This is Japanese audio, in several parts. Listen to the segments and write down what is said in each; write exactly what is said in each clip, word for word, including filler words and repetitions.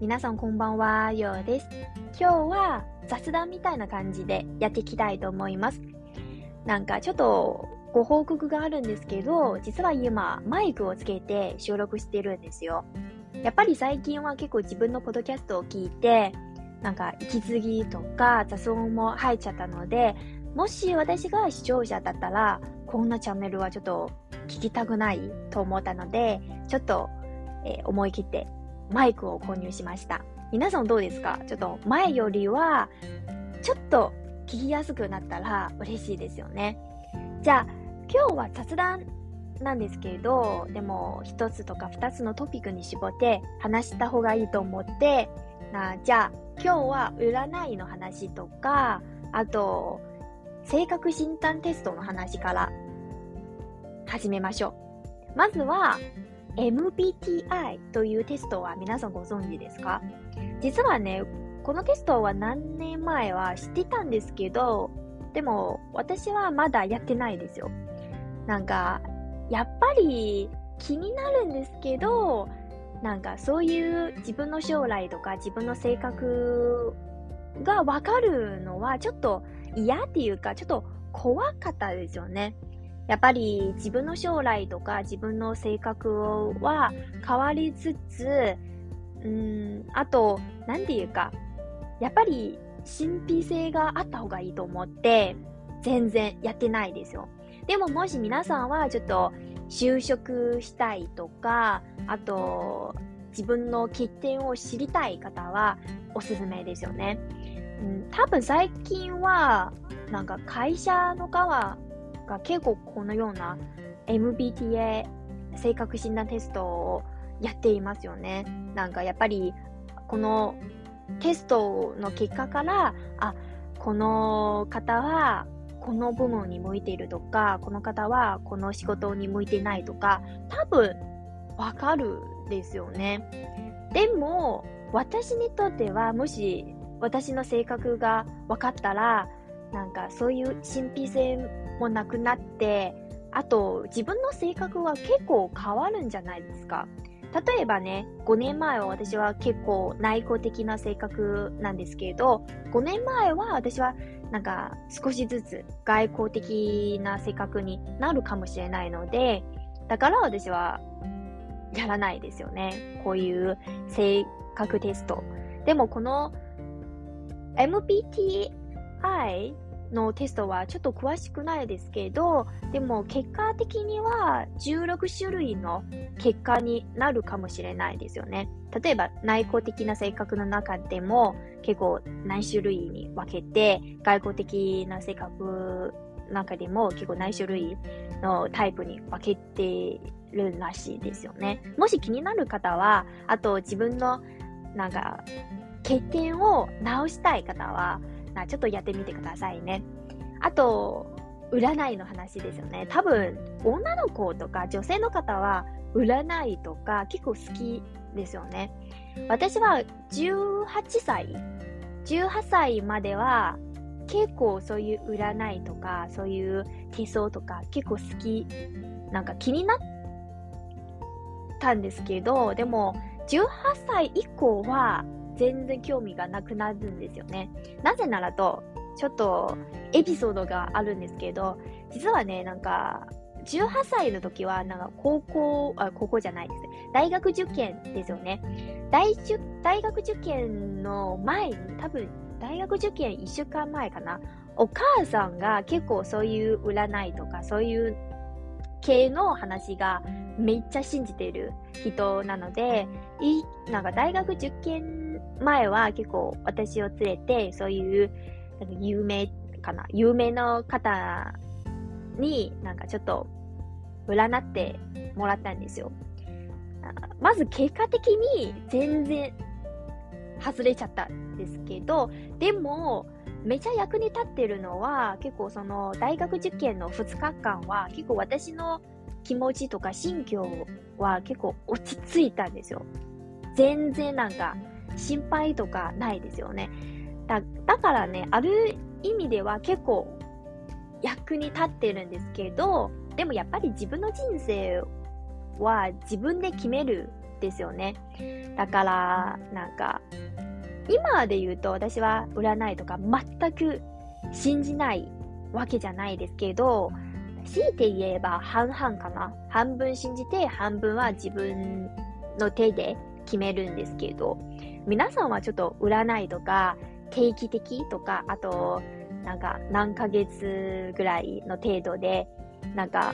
皆さんこんばんは、ようです。今日は雑談みたいな感じでやっていきたいと思います。なんかちょっとご報告があるんですけど、実は今マイクをつけて収録してるんですよ。やっぱり最近は結構自分のポッドキャストを聞いて、なんか息継ぎとか雑音も入っちゃったので、もし私が視聴者だったら、こんなチャンネルはちょっと聞きたくないと思ったので、ちょっと、えー思い切ってマイクを購入しました。皆さんどうですか？ちょっと前よりはちょっと聞きやすくなったら嬉しいですよね。じゃあ今日は雑談なんですけど、でも一つとか二つのトピックに絞って話した方がいいと思って、なじゃあ今日は占いの話とか、あと性格診断テストの話から始めましょう。まずはエムビーティーアイ というテストは皆さんご存知ですか？実はね、このテストは何年前は知ってたんですけど、でも私はまだやってないですよ。なんか、やっぱり気になるんですけど、なんかそういう自分の将来とか自分の性格がわかるのはちょっと嫌っていうか、ちょっと怖かったですよね。やっぱり自分の将来とか自分の性格は変わりつつ、うーん、あと、なんていうか、やっぱり神秘性があった方がいいと思って、全然やってないですよ。でももし皆さんはちょっと就職したいとか、あと、自分の欠点を知りたい方はおすすめですよね。うん、多分最近は、なんか会社の側が結構このような エムビーティーエー 性格診断テストをやっていますよね。なんかやっぱりこのテストの結果から、あ、この方はこの部門に向いているとか、この方はこの仕事に向いてないとか、多分わかるんですよね。でも私にとっては、もし私の性格が分かったら、なんかそういう神秘性もなくなって、あと自分の性格は結構変わるんじゃないですか。例えばね、ごねんまえは私は結構内向的な性格なんですけど、ごねんまえは私はなんか少しずつ外交的な性格になるかもしれないので、だから私はやらないですよね。こういう性格テスト。でもこの エムビーティーアイ のテストはちょっと詳しくないですけど、でも結果的にはじゅうろくしゅるいの結果になるかもしれないですよね。例えば内向的な性格の中でも結構何種類に分けて、外向的な性格の中でも結構何種類のタイプに分けてるらしいですよね。もし気になる方は、あと自分のなんか欠点を直したい方は、ちょっとやってみてくださいね。あと、占いの話ですよね。多分、女の子とか女性の方は、占いとか結構好きですよね。私はじゅうはっさい、じゅうはっさいまでは、結構そういう占いとか、そういう手相とか結構好き、なんか気になったんですけど、でも、じゅうはっさい以降は、全然興味がなくなるんですよね。なぜならと、ちょっとエピソードがあるんですけど、実はね、なんか、じゅうはっさいの時は、なんか高校、あ、高校じゃないですね。大学受験ですよね。大受大学受験の前に、多分、大学受験いっしゅうかんまえかな。お母さんが結構そういう占いとか、そういう系の話がめっちゃ信じている人なので、いなんか大学受験前は結構私を連れて、そういうなんか有名かな、有名な方になんかちょっと占ってもらったんですよ。まず結果的に全然外れちゃったんですけど、でもめちゃ役に立ってるのは、結構その大学受験のふつかかんは結構私の気持ちとか心境は結構落ち着いたんですよ。全然なんか心配とかないですよね。だ、だからね、ある意味では結構役に立ってるんですけど、でもやっぱり自分の人生は自分で決めるっですよね。だから、なんか、今で言うと私は占いとか全く信じないわけじゃないですけど、強いて言えば半々かな。半分信じて、半分は自分の手で決めるんですけど、皆さんはちょっと占いとか定期的とか、あと、なんか何ヶ月ぐらいの程度で、なんか、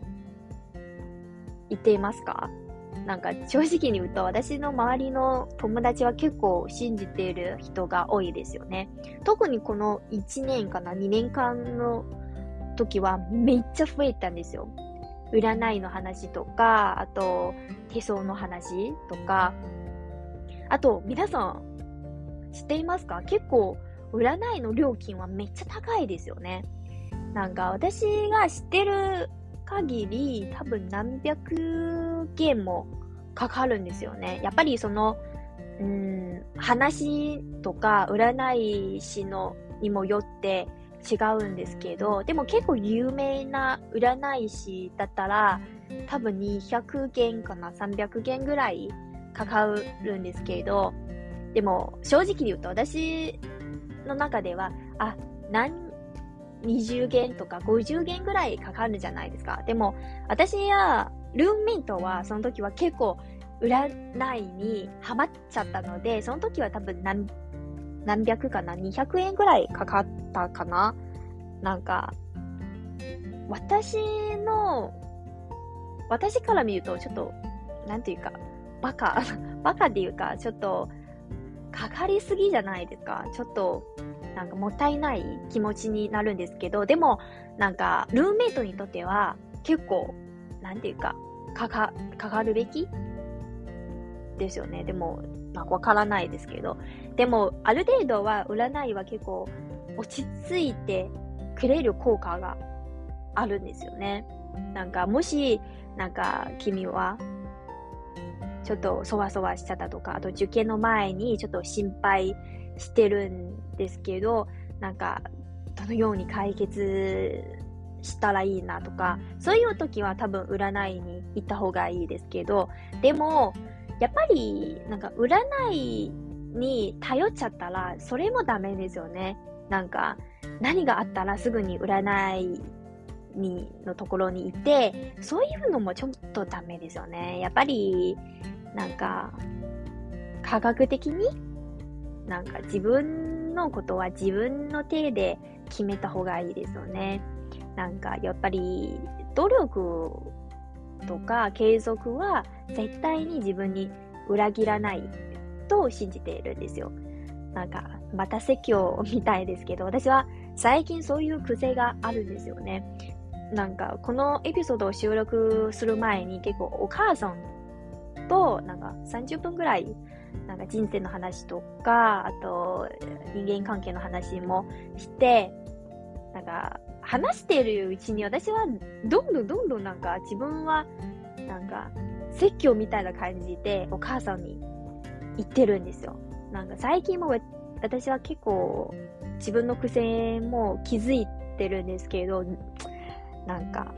言っていますか？なんか正直に言うと、私の周りの友達は結構信じている人が多いですよね。特にこのいちねんかな、にねんかんの時はめっちゃ増えたんですよ。占いの話とか、あと手相の話とか、あと皆さん知っていますか？結構占いの料金はめっちゃ高いですよね。なんか私が知ってる限り多分何百件もかかるんですよね。やっぱりその、うーん、話とか占い師のにもよって違うんですけど、でも結構有名な占い師だったら多分にひゃくけんかな、さんびゃくけんぐらいかかるんですけど、でも正直に言うと私の中では、あ、何にじゅうけんとかごじゅうけんぐらいかかるじゃないですか。でも私やルームメイトはその時は結構占いにハマっちゃったので、その時は多分何何百かな、にひゃくえんぐらいかかったかな。なんか私の私から見るとちょっとなんていうかバカバカっていうかちょっとかかりすぎじゃないですか。ちょっとなんかもったいない気持ちになるんですけど、でもなんかルームメイトにとっては結構なんていうかかかかかるべきですよね。でもまあわからないですけど、でもある程度は占いは結構落ち着いてくれる効果があるんですよね。なんかもしなんか君はちょっとそわそわしちゃったとか、あと受験の前にちょっと心配してるんですけど、なんかどのように解決したらいいなとか、そういう時は多分占いに行った方がいいですけど、でもやっぱりなんか占いに頼っちゃったらそれもダメですよね。なんか何があったらすぐに占いにのところに行って、そういうのもちょっとダメですよね。やっぱりなんか科学的になんか自分のことは自分の手で決めた方がいいですよね。なんかやっぱり努力とか継続は絶対に自分に裏切らないと信じているんですよ。なんかまた説教みたいですけど、私は最近そういう癖があるんですよね。なんかこのエピソードを収録する前に結構お母さんとなんかさんじゅっぷんぐらいなんか人生の話とか、あと人間関係の話もして、なんか話しているうちに私はどんどんどんどんなんか自分はなんか説教みたいな感じでお母さんに言ってるんですよ。なんか最近も私は結構自分の癖も気づいてるんですけど、なんか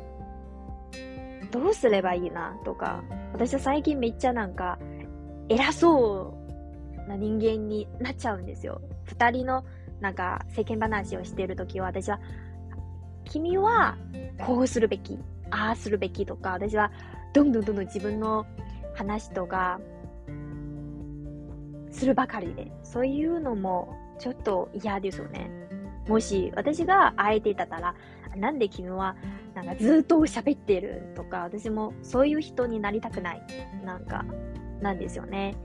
どうすればいいなとか、私は最近めっちゃなんか偉そうな人間になっちゃうんですよ。二人のなんか世間話をしているときは私は君はこうするべき、ああするべきとか、私はどんどんどんどん自分の話とかするばかりで、そういうのもちょっと嫌ですよね。もし私が相手だったら、なんで君はなんかずっと喋ってるとか、私もそういう人になりたくない、なんかなんですよね。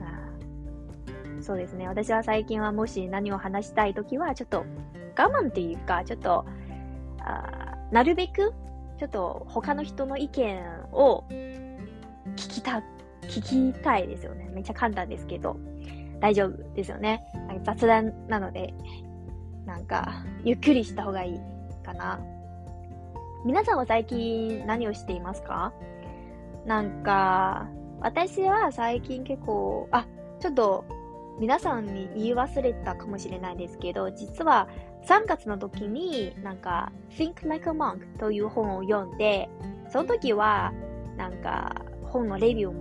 そうですね。私は最近はもし何を話したいときはちょっと我慢っていうか、ちょっとあなるべくちょっと他の人の意見を聞きた聞きたいですよね。めっちゃ簡単ですけど大丈夫ですよね。雑談なのでなんかゆっくりした方がいいかな。皆さんは最近何をしていますか？なんか私は最近結構あちょっと皆さんに言い忘れたかもしれないですけど、実はさんがつの時になんか Think Like a Monk という本を読んで、その時はなんか本のレビューも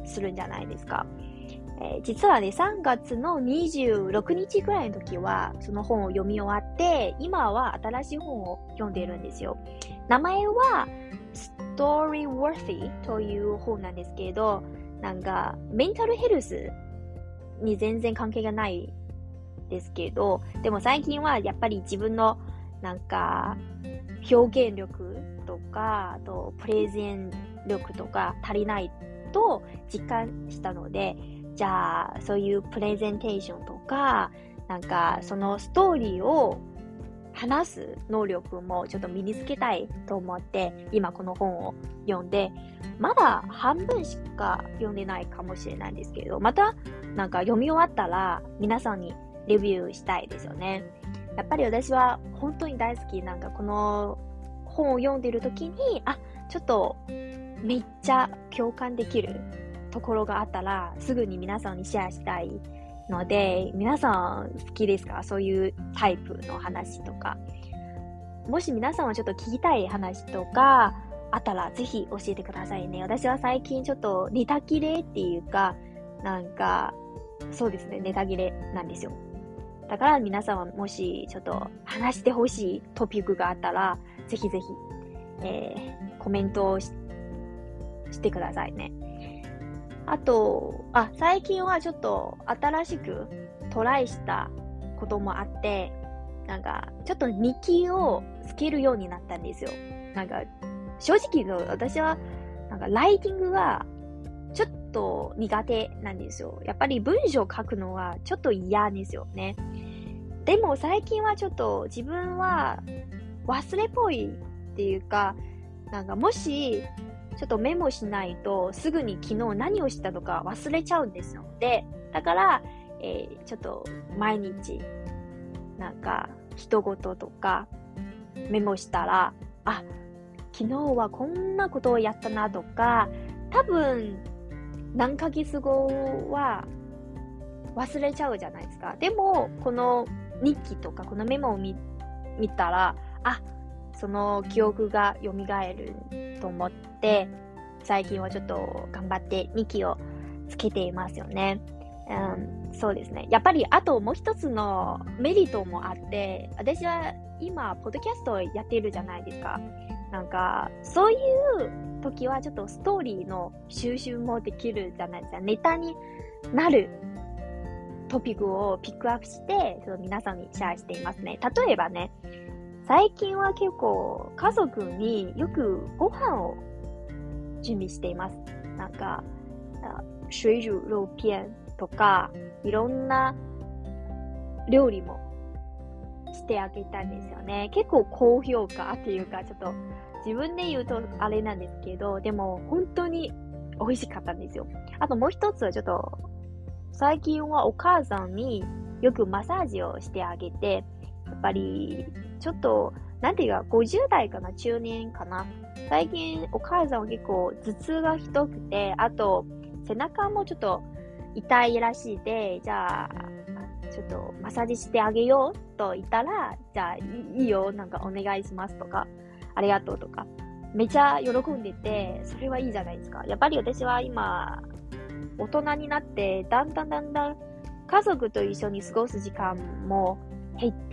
するんじゃないですか。えー、実はね、さんがつのにじゅうろくにちぐらいの時は、その本を読み終わって、今は新しい本を読んでいるんですよ。名前は、Storyworthy という本なんですけど、なんか、メンタルヘルスに全然関係がないですけど、でも最近はやっぱり自分の、なんか、表現力とか、あと、プレゼン力とか足りないと実感したので、じゃあ、そういうプレゼンテーションとか、なんか、そのストーリーを話す能力もちょっと身につけたいと思って、今この本を読んで、まだ半分しか読んでないかもしれないんですけど、また、なんか読み終わったら、皆さんにレビューしたいですよね。やっぱり私は本当に大好き。なんかこの本を読んでいるときに、あ、ちょっとめっちゃ共感できるところがあったら、すぐに皆さんにシェアしたいので、皆さん好きですか？そういうタイプの話とか。もし皆さんはちょっと聞きたい話とかあったら、ぜひ教えてくださいね。私は最近ちょっとネタ切れっていうか、なんか、そうですね、ネタ切れなんですよ。だから皆さんはもしちょっと話してほしいトピックがあったら、ぜひぜひ、えー、コメントを し, してくださいね。あと、あ、最近はちょっと新しくトライしたこともあって、なんかちょっと日記をつけるようになったんですよ。なんか正直言うと私はなんかライティングがちょっと苦手なんですよ。やっぱり文章を書くのはちょっと嫌ですよね。でも最近はちょっと自分は忘れっぽいっていうか、なんかもしちょっとメモしないとすぐに昨日何をしたとか忘れちゃうんですよ。で、だから、えー、ちょっと毎日なんか一言とかメモしたら、あ、昨日はこんなことをやったなとか、多分何ヶ月後は忘れちゃうじゃないですか。でもこの日記とかこのメモを 見, 見たら、あ、その記憶が蘇ると思って、最近はちょっと頑張って日記をつけていますよね。うん、そうですね。やっぱりあともう一つのメリットもあって、私は今ポッドキャストをやっているじゃないですか。なんかそういう時はちょっとストーリーの収集もできるじゃないですか。ネタになるトピックをピックアップして、その皆さんにシェアしていますね。例えばね、最近は結構家族によくご飯を準備しています。なんか、水煮肉片とか、いろんな料理もしてあげたんですよね。結構高評価っていうか、ちょっと自分で言うとあれなんですけど、でも本当に美味しかったんですよ。あともう一つはちょっと、最近はお母さんによくマッサージをしてあげて、やっぱりちょっと、なんていうか、ごじゅう代かな、中年かな。最近お母さんは結構頭痛がひどくて、あと背中もちょっと痛いらしいで、じゃあ、ちょっとマッサージしてあげようと言ったら、じゃあいいよ、なんかお願いしますとか、ありがとうとか、めちゃ喜んでて、それはいいじゃないですか。やっぱり私は今、大人になって、だんだんだんだん家族と一緒に過ごす時間も減って、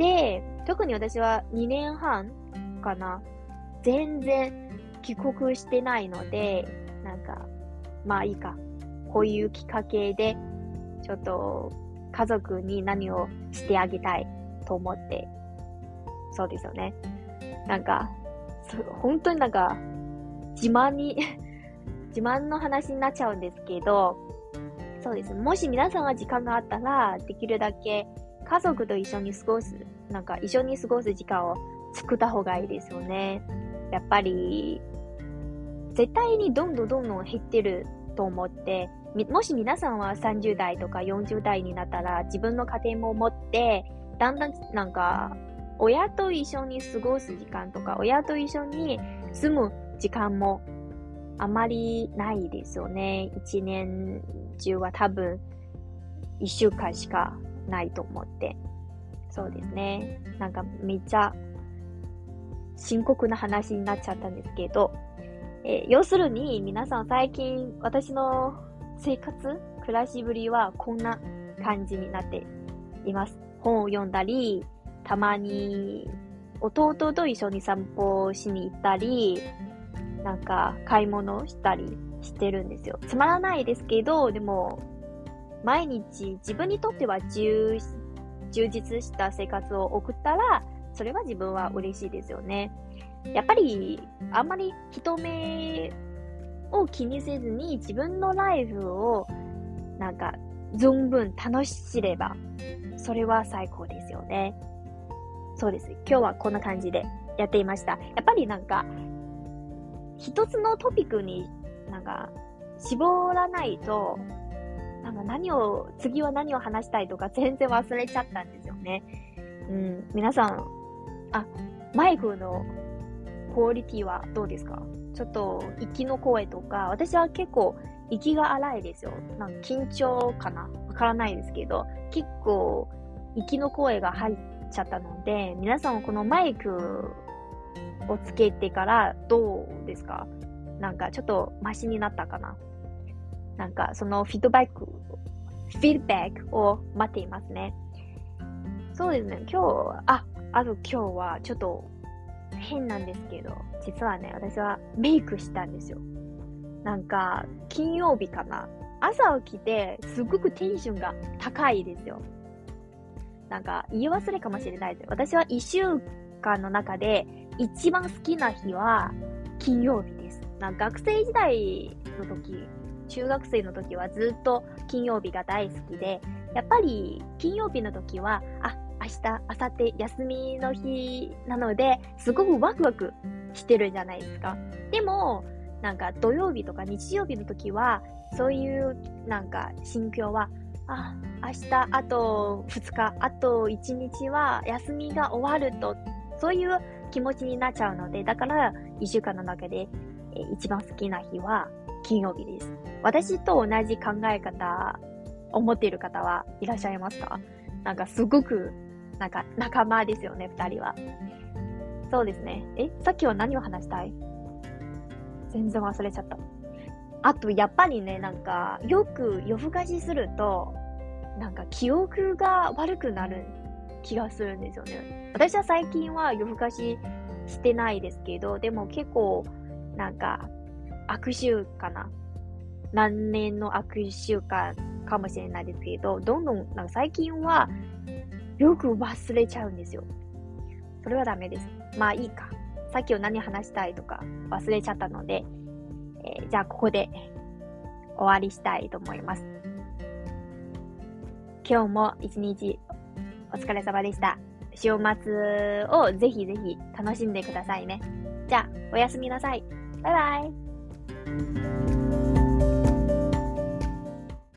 特に私はにねんはんかな、全然帰国してないので、なんか、まあいいか。こういうきっかけで、ちょっと家族に何をしてあげたいと思って、そうですよね。なんか、本当になんか、自慢に、自慢の話になっちゃうんですけど、そうです。もし皆さんが時間があったら、できるだけ家族と一緒に過ごす、なんか一緒に過ごす時間を作った方がいいですよね。やっぱり、絶対にどんどんどんどん減ってると思って、もし皆さんはさんじゅう代とかよんじゅう代になったら、自分の家庭も持って、だんだんなんか、親と一緒に過ごす時間とか、親と一緒に住む時間もあまりないですよね。一年中は多分一週間しかないと思って。そうですね。なんかめっちゃ深刻な話になっちゃったんですけど、えー、要するに皆さん最近私の生活、暮らしぶりはこんな感じになっています。本を読んだり、たまに弟と一緒に散歩しに行ったり、なんか買い物したりしてるんですよ。つまらないですけど、でも毎日自分にとっては充充実した生活を送ったら、それは自分は嬉しいですよね。やっぱりあんまり人目を気にせずに自分のライフをなんか存分楽しれば、それは最高ですよね。そうです。今日はこんな感じでやっていました。やっぱりなんか一つのトピックになんか絞らないと、なんか何を次は何を話したいとか全然忘れちゃったんですよね。うん、皆さん、あ、マイクのクオリティはどうですか？ちょっと息の声とか、私は結構息が荒いですよ。なんか緊張かな？わからないですけど、結構息の声が入っちゃったので、皆さんこのマイクをつけてからどうですか？なんかちょっとマシになったかな？なんかそのフィードバック、フィードバックを待っていますね。そうですね、今日、あ、あと今日はちょっと変なんですけど、実はね、私はメイクしたんですよ。なんか、金曜日かな。朝起きて、すごくテンションが高いですよ。なんか、言い忘れかもしれないです。私は一週間の中で一番好きな日は金曜日です。なんか学生時代の時、中学生の時はずっと金曜日が大好きで、やっぱり金曜日の時は、あ、明日、明後日休みの日なので、すごくワクワクしてるじゃないですか。でも、なんか土曜日とか日曜日の時は、そういうなんか心境は、あ、明日あとふつか、あといちにちは休みが終わると、そういう気持ちになっちゃうので、だからいっしゅうかんの中で、えー、一番好きな日は金曜日です。私と同じ考え方を持っている方はいらっしゃいますか？なんかすごくなんか仲間ですよね、二人は。そうですね。え、さっきは何を話したい？全然忘れちゃった。あと、やっぱりね、なんか、よく夜更かしすると、なんか記憶が悪くなる気がするんですよね。私は最近は夜更かししてないですけど、でも結構、なんか、悪習かな。何年の悪習慣かもしれないですけど、どんどん、なんか最近は、よく忘れちゃうんですよ。それはダメです。まあいいか。さっきを何話したいとか忘れちゃったので、えー、じゃあここで終わりしたいと思います。今日も一日お疲れ様でした。週末をぜひぜひ楽しんでくださいね。じゃあおやすみなさい。バイバイ。